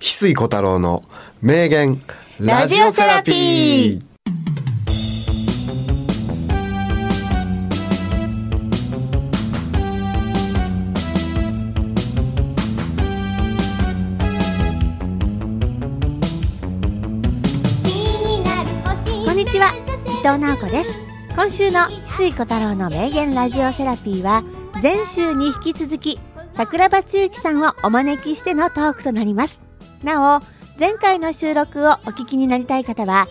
翡翠小太郎の名言ラジオセラピー。こんにちは、伊藤直子です。今週の翡翠小太郎の名言ラジオセラピーは、前週に引き続き桜庭つゆきさんをお招きしてのトークとなります。なお、前回の収録をお聞きになりたい方は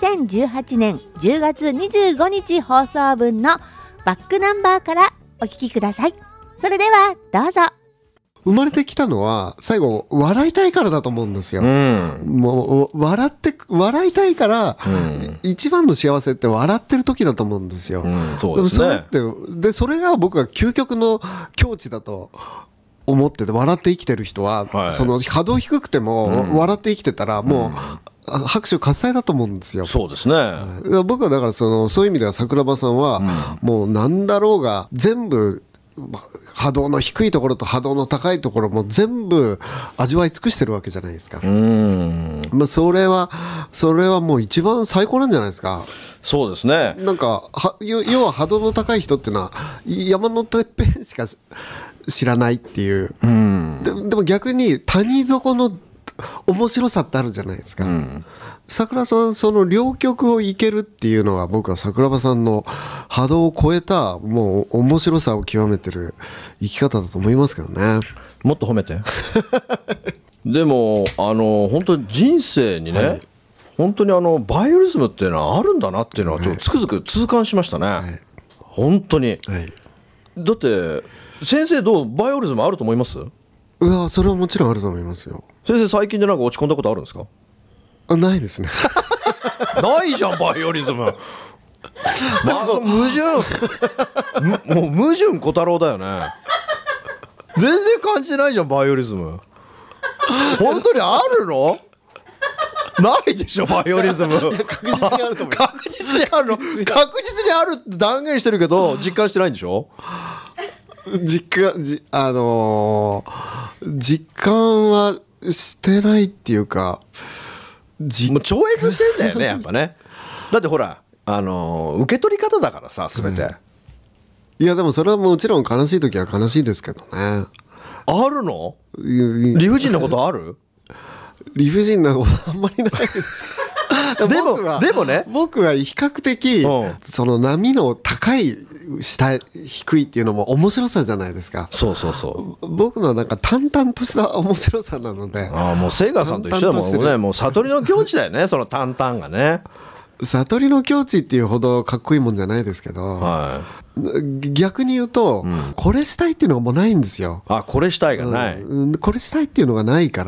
2018年10月25日放送分のバックナンバーからお聞きください。それではどうぞ。 生まれてきたのは最後笑いたいからだと思うんですよ、もう笑いたいから、一番の幸せって笑ってる時だと思うんですよ、 そうですね。 それが僕は究極の境地だと思ってて、笑って生きてる人は、その波動低くても笑って生きてたらもう、拍手喝采だと思うんですよ。 そうですね。 僕はだからそういう意味では桜庭さんは、もう何だろうが全部波動の低いところと波動の高いところも全部味わい尽くしてるわけじゃないですか。まあ、それはもう一番最高なんじゃないですか。 そうですね。 なんか要は波動の高い人っていうのは山のてっぺんしか知らないっていう、でも逆に谷底の面白さってあるじゃないですか、桜さんその両極をいけるっていうのが僕は桜庭さんの波動を超えたもう面白さを極めてる生き方だと思いますけどね。 もっと褒めてでも本当に人生にね、本当にバイオリズムっていうのはあるんだなっていうのはちょっとつくづく痛感しましたね、本当に、だって先生どうバイオリズムあると思います？ いや、それはもちろんあると思いますよ。 先生最近でなんか落ち込んだことあるんですか？ ないですねないじゃんバイオリズム矛盾もう矛盾小太郎だよね。全然感じてないじゃんバイオリズム。本当にあるの？ないでしょバイオリズム。 確実にあると思います。 確実にあるの？確実にあるって断言してるけど実感してないんでしょ？ 実感はしてないっていうか、 もう超越してんだよねやっぱね。だってほら受け取り方だからさ全て、 いやでもそれはもちろん悲しい時は悲しいですけどね。 あるの？理不尽なことある？ 理不尽なことあんまりないですでもね、 僕は比較的、その波の高い下低いっていうのも面白さじゃないですか。 そう僕のはなんか淡々とした面白さなので。 もうセイガーさんと一緒だもんね。もう悟りの境地だよねその淡々がね。 悟りの境地っていうほどかっこいいもんじゃないですけど、逆に言うと、これしたいっていうのがもうないんですよ。 これしたいがない、 これしたいっていうのがないから、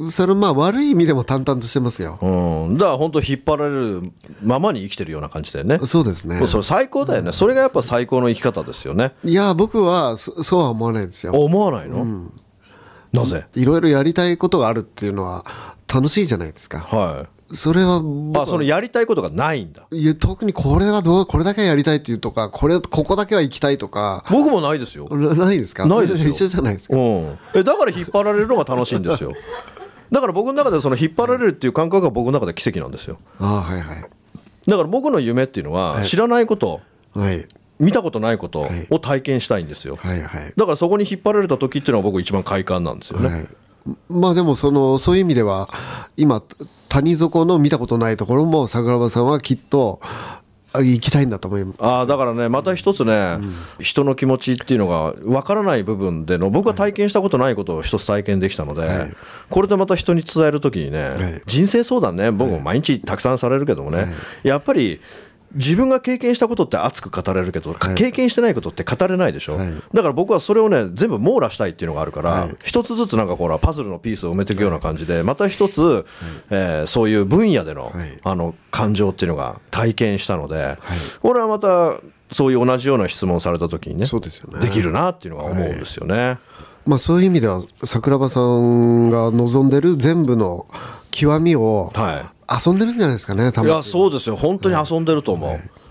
それまあ悪い意味でも淡々としてますよ。 だから本当引っ張られるままに生きてるような感じだよね。 そうですね。 それ最高だよね、それがやっぱ最高の生き方ですよね。 いや僕はそうは思わないですよ。 思わないの？なぜ？ いろいろやりたいことがあるっていうのは楽しいじゃないですか。それはそのやりたいことがないんだ。 いや特にこれだけやりたいっていうとかここだけは行きたいとか。 僕もないですよ。 ないですか？ ないですよ。 一緒じゃないですか。 だから引っ張られるのが楽しいんですよだから僕の中でその引っ張られるっていう感覚が僕の中で奇跡なんですよ。だから僕の夢っていうのは知らないこと、見たことないことを体験したいんですよ。だからそこに引っ張られた時っていうのは僕一番快感なんですよね。 まあでもそういう意味では今谷底の見たことないところも桜庭さんはきっと行きたいんだと思います。 だからねまた一つね、人の気持ちっていうのが分からない部分での僕は体験したことないことを一つ体験できたので、これでまた人に伝えるときにね、人生相談ね僕も毎日たくさんされるけどもね、やっぱり自分が経験したことって熱く語れるけど、経験してないことって語れないでしょ、だから僕はそれをね全部網羅したいっていうのがあるから、一つずつなんかほらパズルのピースを埋めていくような感じで、また一つ、そういう分野での、感情っていうのが体験したので、これはまたそういう同じような質問された時にね、できるなっていうのが思うんですよね。 まあそういう意味では桜庭さんが望んでる全部の極みを遊んでるんじゃないですかね。 いやそうですよ、本当に遊んでると思う、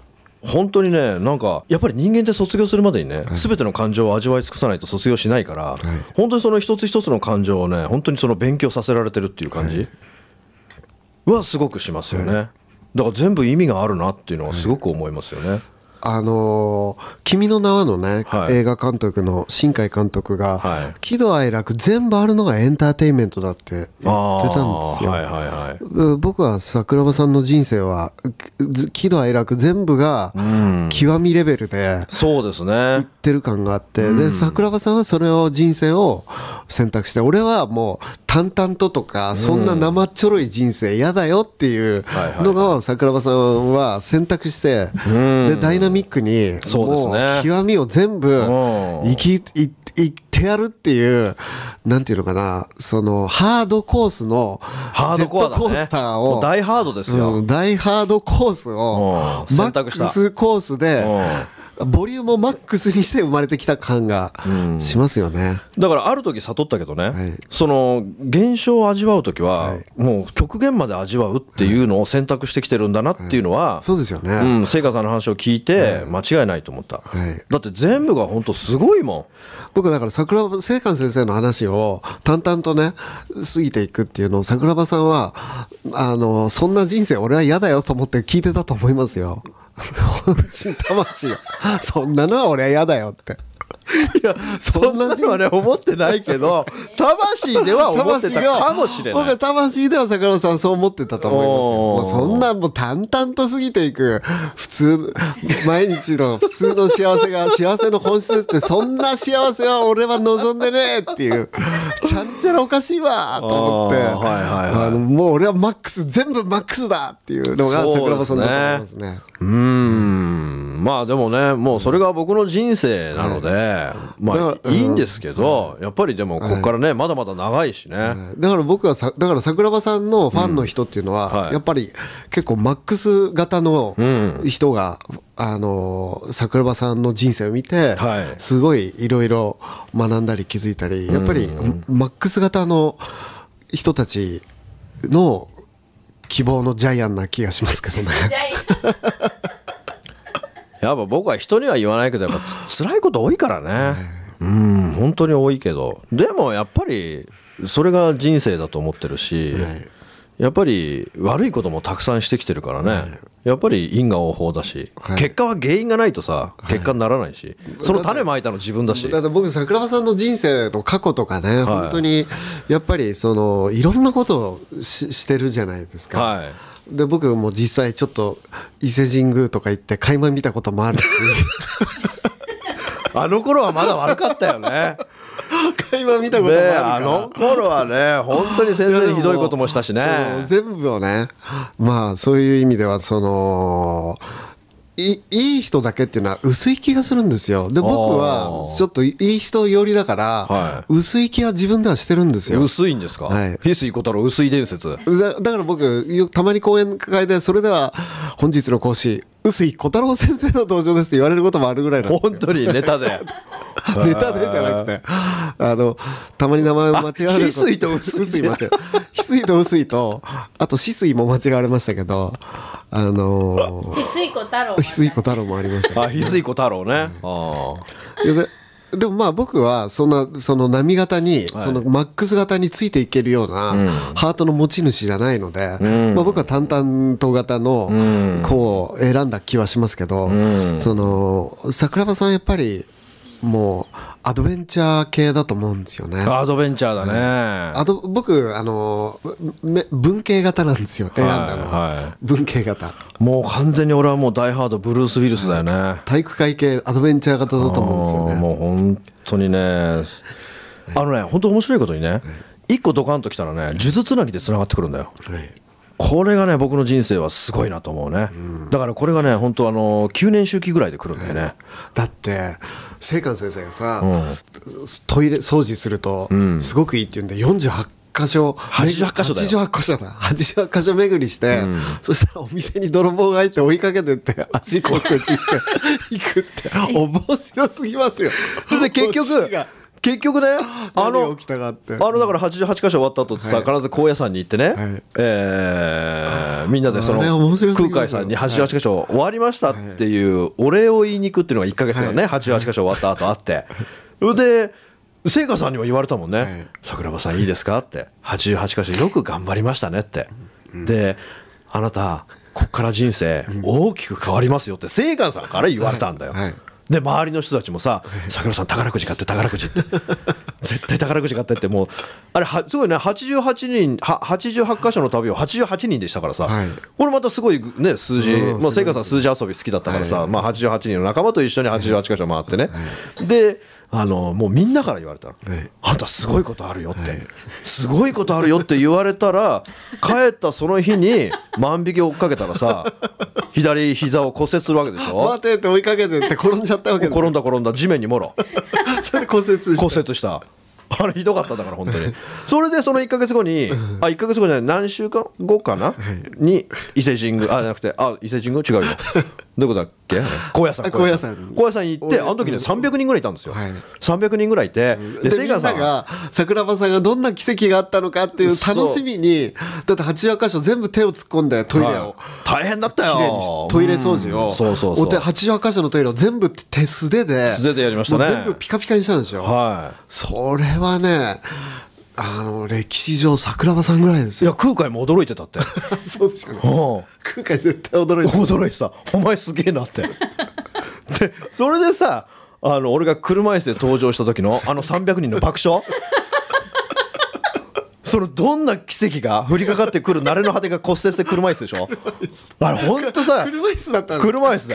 本当にね、なんかやっぱり人間って卒業するまでにね、全ての感情を味わい尽くさないと卒業しないから、本当にその一つ一つの感情をね、本当にその勉強させられてるっていう感じはすごくしますよね。だから全部意味があるなっていうのはすごく思いますよね。 君の名はのね、映画監督の新海監督が、喜怒哀楽全部あるのがエンターテインメントだって言ってたんですよ。僕は桜庭さんの人生は喜怒哀楽全部が極みレベルでそうですね言ってる感があって、で桜庭さんはそれを人生を選択して、俺はもう淡々ととかそんな生っちょろい人生嫌だよっていうのが桜庭さんは選択して、でダイナミックにもう極みを全部いってやるっていう、なんていうのかな、そのハードコースのジェットコースターを、 大ハードですよ、 大ハードコースをマックスコースでボリュームをマックスにして生まれてきた感がしますよね。 だからある時悟ったけどね、その現象を味わう時はもう極限まで味わうっていうのを選択してきてるんだなっていうのは、 そうですよね。 聖華さんの話を聞いて間違いないと思った。だって全部が本当すごいもん。 僕だから聖華先生の話を淡々とね過ぎていくっていうのを桜庭さんはそんな人生俺は嫌だよと思って聞いてたと思いますよ。魂よ、そんなのは俺は嫌だよって。 いや、そんなのはね思ってないけど魂では思ってたかもしれない。 僕は魂では桜庭さんそう思ってたと思いますよ。もうそんなもう淡々と過ぎていく普通毎日の普通の幸せが幸せの本質ですって、そんな幸せは俺は望んでねえっていうちゃんちゃらおかしいわと思って、もう俺はマックス全部マックスだっていうのが桜庭さんだと思いますね。 まあでもね、もうそれが僕の人生なので、まあいいんですけど、やっぱりでもここからねまだまだ長いしね。 だから僕はだから桜庭さんのファンの人っていうのはやっぱり結構マックス型の人が桜庭さんの人生を見てすごいいろいろ学んだり気づいたり、やっぱりマックス型の人たちの希望のジャイアンな気がしますけどね。 やっぱ僕は人には言わないけど、やっぱ辛いこと多いからね。本当に多いけど、でもやっぱりそれが人生だと思ってるし、やっぱり悪いこともたくさんしてきてるからね。やっぱり因果応報だし、結果は原因がないとさ結果にならないし、その種まいたの自分だし。 だって僕桜庭さんの人生の過去とかね、本当にやっぱりそのいろんなことをしてるじゃないですか。で僕も実際ちょっと伊勢神宮とか行って垣間見たこともあるしあの頃はまだ悪かったよね。 垣間見たこともあるから、 あの頃はね本当に先生にひどいこともしたしね。 全部をね、まあそういう意味ではそのいい人だけっていうのは薄い気がするんですよ。で僕はちょっといい人寄りだから、薄い気は自分ではしてるんですよ。 薄いんですか。翡翠小太郎薄い伝説だから僕たまに講演会でそれでは本日の講師臼井小太郎先生の登場ですって言われることもあるぐらいなんですよ。 本当にネタでネタでじゃなくてたまに名前を間違われる翡翠と臼井翡翠と臼井とあと止水も間違われましたけど翡翠小太郎もありました、 翡翠小太郎ね。 でもまあ僕はその波型にそのマックス型についていけるようなハートの持ち主じゃないので、まあ僕は淡々と型のこう選んだ気はしますけど、その桜庭さんやっぱりもうアドベンチャー系だと思うんですよね。 アドベンチャーだね。 僕文系型なんですよ、選んだの、文系型。 もう完全に俺はもうダイハードブルース・ウィルスだよね。 体育会系アドベンチャー型だと思うんですよね。 もう本当にね本当面白いことにね、一個ドカンときたらね数珠つなぎでつながってくるんだよ。これがね僕の人生はすごいなと思うね。だからこれがね本当9年周期ぐらいで来るんだよね。 だって聖寛先生がさ、トイレ掃除するとすごくいいって言うんで48箇所 88箇所だよ。 88箇所巡りして、そしたらお店に泥棒が入って追いかけてって足骨折して行くって面白すぎますよ。 で結結局ね何が起きたかってだから88箇所終わった後ってさ、必ず高野山に行ってね、みんなでその空海さんに88箇所終わりましたっていうお礼を言いに行くっていうのが1ヶ月よね、88箇所終わった後あって、で聖華さんにも言われたもんね、桜庭さんいいですかって88箇所よく頑張りましたねって、であなたこっから人生大きく変わりますよって聖華さんから言われたんだよ、で周りの人たちもさ「桜さん宝くじ買って宝くじ」って絶対宝くじ買ってって、もうあれすごいね、88箇所の旅を88人でしたからさ、これまたすごいね数字、聖華さん数字遊び好きだったからさ、88人の仲間と一緒に88箇所回ってね、でもうみんなから言われたの、あんたすごいことあるよって、すごいことあるよって言われたら、帰ったその日に万引き追っかけたらさ左膝を骨折するわけでしょ。 待てって追いかけてって転んじゃったわけです。 転んだ地面にもろそれで骨折した。あれひどかったんだから本当に。それでその1ヶ月後に1ヶ月後じゃない何週間後かなに伊勢神宮じゃなくて伊勢神宮違うよどこだっけ、高野山行って、あの時ね300人ぐらいいたんですよ、300人ぐらいいて、 でみんなが桜庭さんがどんな奇跡があったのかっていう楽しみに、だって88箇所全部手を突っ込んでトイレを大変だったよ、 トイレ掃除を、88箇所のトイレを全部素手でやりましたね、 全部ピカピカにしたんですよ、それはね歴史上桜庭さんぐらいですよ。 いや空海も驚いてたってそうですよね、空海絶対驚いてたお前すげえなってでそれでさ俺が車椅子で登場した時の300人の爆笑そのどんな奇跡が降りかかってくる、慣れの果てが骨折で車椅子でしょあれほんとさ車椅子だったんです。 車椅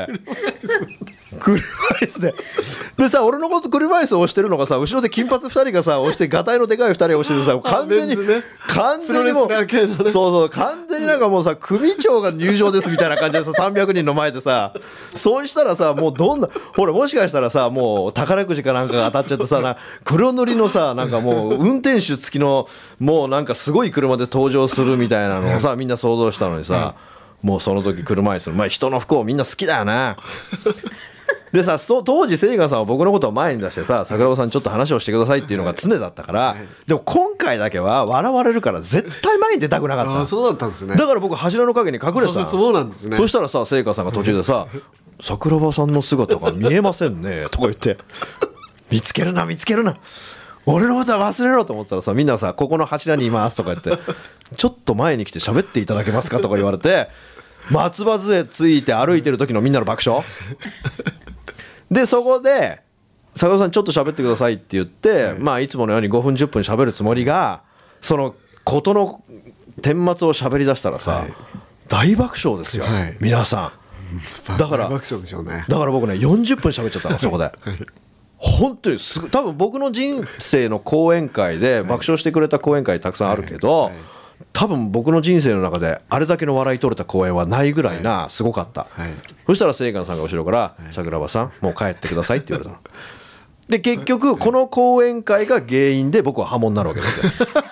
子ででさ、俺のこと車椅子を押してるのがさ、後ろで金髪2人がさ押して、ガタイのでかい2人を押しててさ、完全にもうそう完全になんかもうさ、組長が入場ですみたいな感じでさ、300人の前でさ、そうしたらさ、もうどんなほらもしかしたらさ、もう宝くじかなんかが当たっちゃってさ、黒塗りのさ、なんかもう運転手付きのもうなんかすごい車で登場するみたいなのをさ、みんな想像したのにさ、もうその時車椅子の人の不幸みんな好きだよねでさ、当時聖華さんは僕のことを前に出してさ、桜庭さんちょっと話をしてくださいっていうのが常だったから、でも今回だけは笑われるから絶対前に出たくなかった。 そうだったんですね。 だから僕柱の陰に隠れてた。 そうなんですね。 そしたらさ、聖華さんが途中でさ桜庭さんの姿が見えませんねとか言って見つけるな俺のことは忘れろと思ってたらさ、みんなさ、ここの柱にいますとか言ってちょっと前に来て喋っていただけますかとか言われて、松葉杖ついて歩いてる時のみんなの爆笑で、そこで坂田さんちょっと喋ってくださいって言って、いつものように5分10分喋るつもりが、その事の顛末を喋り出したらさ、大爆笑ですよ、皆さん。だから僕ね40分喋っちゃったのそこで本当に多分僕の人生の講演会で爆笑してくれた講演会たくさんあるけど、多分僕の人生の中であれだけの笑い取れた講演はないぐらいなすごかった、そしたら聖寛さんが後ろから「桜庭さんもう帰ってください」って言われたので、結局この講演会が原因で僕は破門になるわけですよ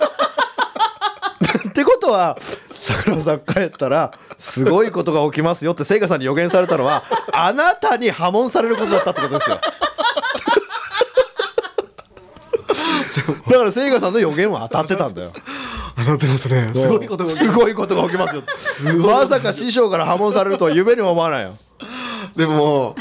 ってことは桜庭さん帰ったらすごいことが起きますよって聖寛さんに予言されたのはあなたに破門されることだったってことですよだから聖寛さんの予言は当たってたんだよ。 当たってますね。すごいことが起きますよまさか師匠から破門されるとは夢にも思わないよ。 でも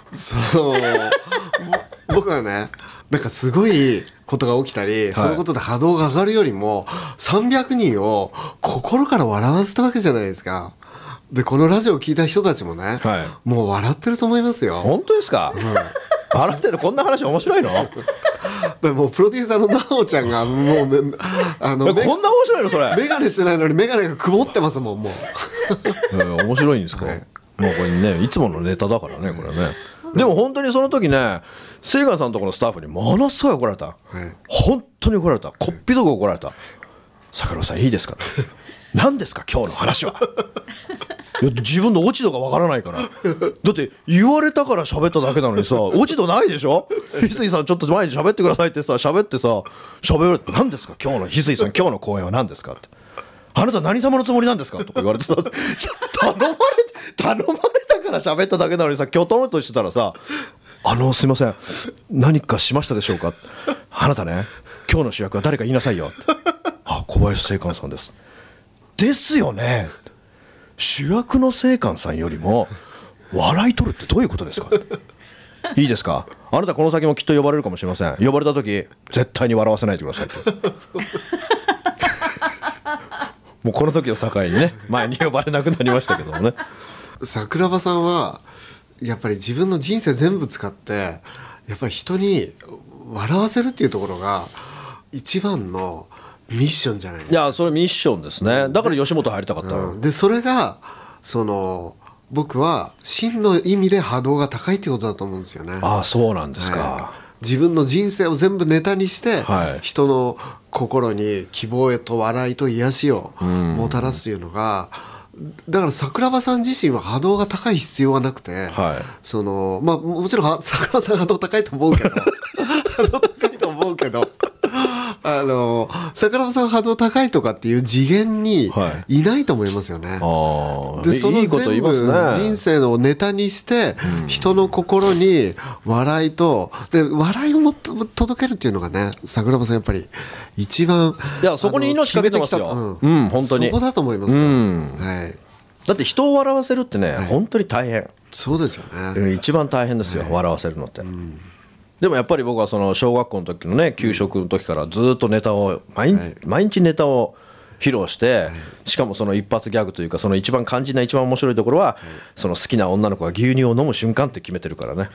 僕はね、なんかすごいことが起きたり、そのことで波動が上がるよりも300人を心から笑わせたわけじゃないですか。でこのラジオを聞いた人たちもね、もう笑ってると思いますよ。 本当ですか、笑ってる。こんな話面白いのでもプロデューサーのなおちゃんがもうこんな面白いのそれ。 メガネしてないのにメガネが曇ってますもんもう面白いんですか、もうこれねいつものネタだからねこれね。でも本当にその時ね、聖寛さんのところのスタッフにものすごい怒られた、本当に怒られた。こっぴどく怒られた。桜庭さんいいですか何ですか今日の話は。いや自分の落ち度がわからないから。だって言われたから喋っただけなのにさ、落ち度ないでしょ。翡翠さんちょっと前に喋ってくださいってさ、喋ってさ、喋るって何ですか今日の翡翠さん今日の講演は何ですかって、あなた何様のつもりなんですかとか言われてさ、頼まれたから喋っただけなのにさ、きょとんとしてたらさ、 すいません、何かしましたでしょうか。あなたね、今日の主役は誰か言いなさいよ。小林正観さんです。ですよね、主役の正観さんよりも笑い取るってどういうことですか。いいですか、あなたこの先もきっと呼ばれるかもしれません。呼ばれた時絶対に笑わせないでくださいと。もうこの時を境にね、前に呼ばれなくなりましたけどもね。 桜庭さんはやっぱり自分の人生全部使ってやっぱり人に笑わせるっていうところが一番のミッションじゃないですか。 いや、それミッションですね。だから吉本入りたかった、 でそれが僕は真の意味で波動が高いってことだと思うんですよね。 そうなんですか、 自分の人生を全部ネタにして、 はい、 人の心に希望へと笑いと癒しをもたらすというのが、だから桜庭さん自身は波動が高い必要はなくて、 はい、 もちろん桜庭さん波動高いと思うけど波動高いと思うけど桜庭さん波動高いとかっていう次元にいないと思いますよね。でその全部人生のネタにして人の心に笑いとで笑いを届けるっていうのがね、桜庭さんやっぱり一番、 いやそこに命かけてますよ。本当にそこだと思いますよ、はい、 だって人を笑わせるってね、本当に大変。 そうですよね、 一番大変ですよ、笑わせるのって。でもやっぱり僕はその小学校の時のね、給食の時からずっとネタを毎日ネタを披露して、しかもその一発ギャグというか、その一番肝心な一番面白いところは、その好きな女の子が牛乳を飲む瞬間って決めてるからね。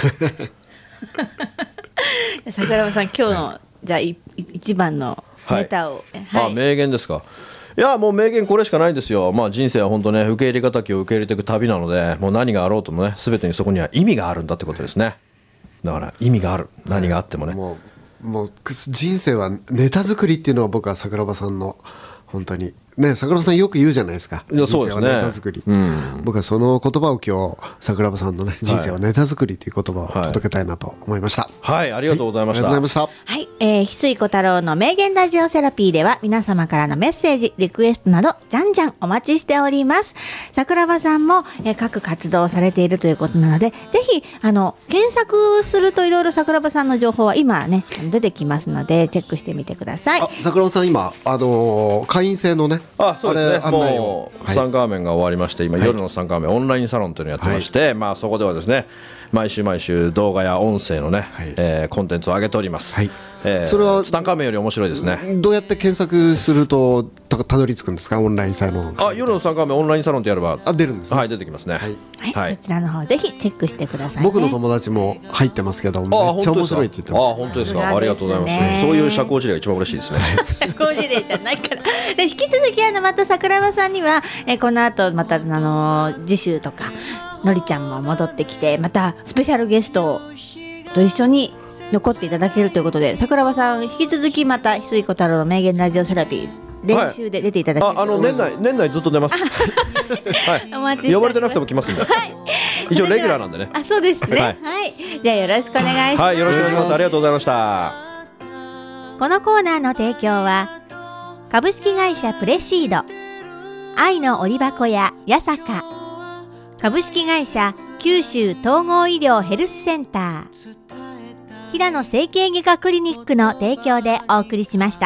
桜庭さん、今日の、じゃあ一番のネタを、 名言ですか。いやもう名言これしかないんですよ。人生は本当ね、受け入れがたきを受け入れていく旅なので、もう何があろうともね、全てにそこには意味があるんだってことですね。だから意味がある、何があってもね、 もう人生はネタ作りっていうのは僕は桜庭さんの本当にね、桜庭さんよく言うじゃないですか。 いやそうですね、 人生はネタ作り、僕はその言葉を今日桜庭さんのね、人生はネタ作りという言葉を届けたいなと思いました。 はい、ありがとうございました。 ありがとうございました。 はい、翡翠小太郎の名言ラジオセラピーでは皆様からのメッセージ、リクエストなどじゃんじゃんお待ちしております。桜庭さんも各活動をされているということなので、ぜひ検索するといろいろ桜庭さんの情報は今ね出てきますので、チェックしてみてください。 桜庭さん今会員制のね、 そうですね、もう参加画面が終わりまして、今夜の参加画面オンラインサロンというのをやってまして、そこではですね、毎週動画や音声のね、コンテンツを上げております。それはツタンカーメンより面白いですね。 どうやって検索するとたどり着くんですか、オンラインサロン。 夜のツタンカーメンオンラインサロンってやれば出るんですね。 出てきますね。 そちらの方ぜひチェックしてくださいね。 僕の友達も入ってますけど、めっちゃ面白いって言ってます。 本当ですか。ありがとうございます。そういう社交辞令が一番嬉しいですね。 社交辞令じゃないからで、引き続きまた桜庭さんにはこの後また次週とかのりちゃんも戻ってきて、またスペシャルゲストと一緒に残っていただけるということで、桜庭さん引き続きまた翡翠小太郎の名言ラジオセラピー練習で出ていただける、 年内ずっと出ます。 お待ちして呼ばれてなくても来ますんで、一応レギュラーなんでね。 そうですね。じゃあよろしくお願いします。 よろしくお願いします。ありがとうございました。 このコーナーの提供は株式会社プレシード、愛の折箱や八坂、株式会社九州統合医療ヘルスセンター、平野整形外科クリニックの提供でお送りしました。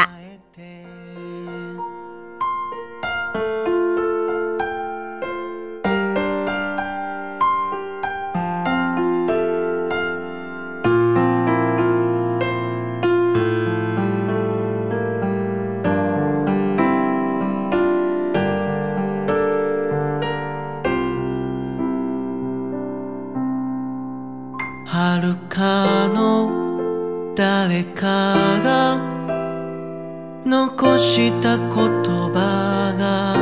遥かの誰かが残した言葉が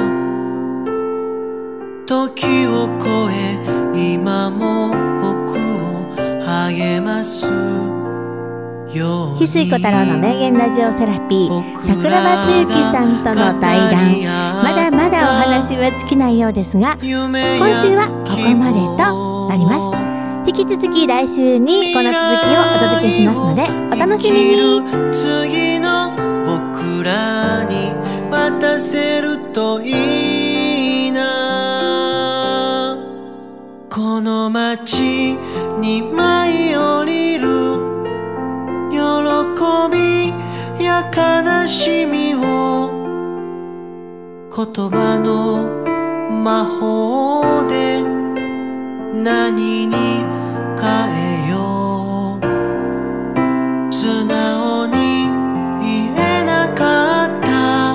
時を超え今も僕を励ますように。 翡翠小太郎の名言ラジオセラピー、桜庭つゆきさんとの対談、まだまだお話は尽きないようですが、今週はここまでとなります。引き続き来週にこの続きをお届けしますのでお楽しみに。 次の僕らに渡せるといいな。この街に舞い言葉の魔法で何に変えよう。素直に言えなかった。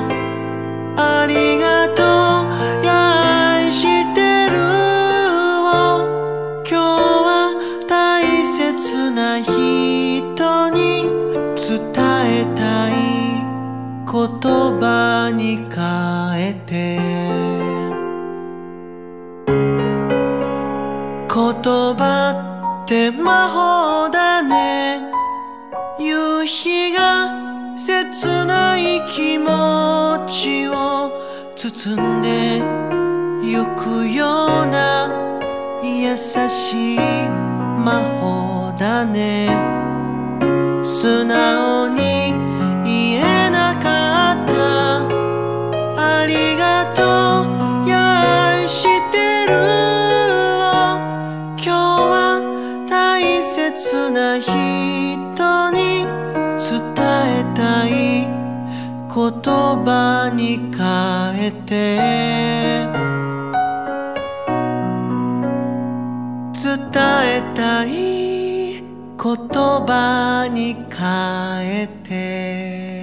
ありがとうや愛してるを今日は大切な人に伝えたい。言葉に変えて。言葉って魔法だね。夕日が切ない気持ちを包んでゆくような優しい魔法だね。素直に言えなかった。ありがとうや愛してるを今日は大切な人に伝えたい。言葉に変えて。伝えたい言葉に変えて。